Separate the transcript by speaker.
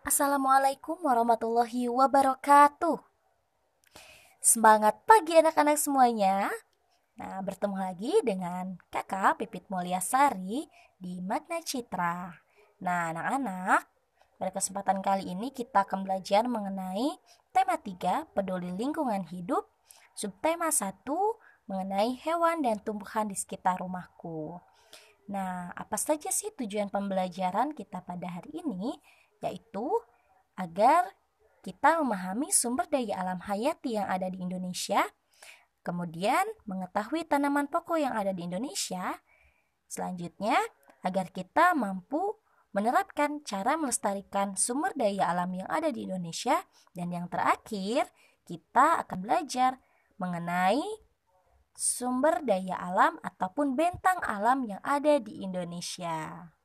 Speaker 1: Assalamualaikum warahmatullahi wabarakatuh. Semangat pagi anak-anak semuanya. Nah, bertemu lagi dengan Kakak Pipit Mulyasari di Magna Citra. Nah, anak-anak, pada kesempatan kali ini kita akan belajar mengenai tema 3, peduli lingkungan hidup, subtema 1, mengenai hewan dan tumbuhan di sekitar rumahku. Nah, apa saja sih tujuan pembelajaran kita pada hari ini? Yaitu agar kita memahami sumber daya alam hayati yang ada di Indonesia, kemudian mengetahui tanaman pokok yang ada di Indonesia, selanjutnya agar kita mampu menerapkan cara melestarikan sumber daya alam yang ada di Indonesia, dan yang terakhir kita akan belajar mengenai sumber daya alam ataupun bentang alam yang ada di Indonesia.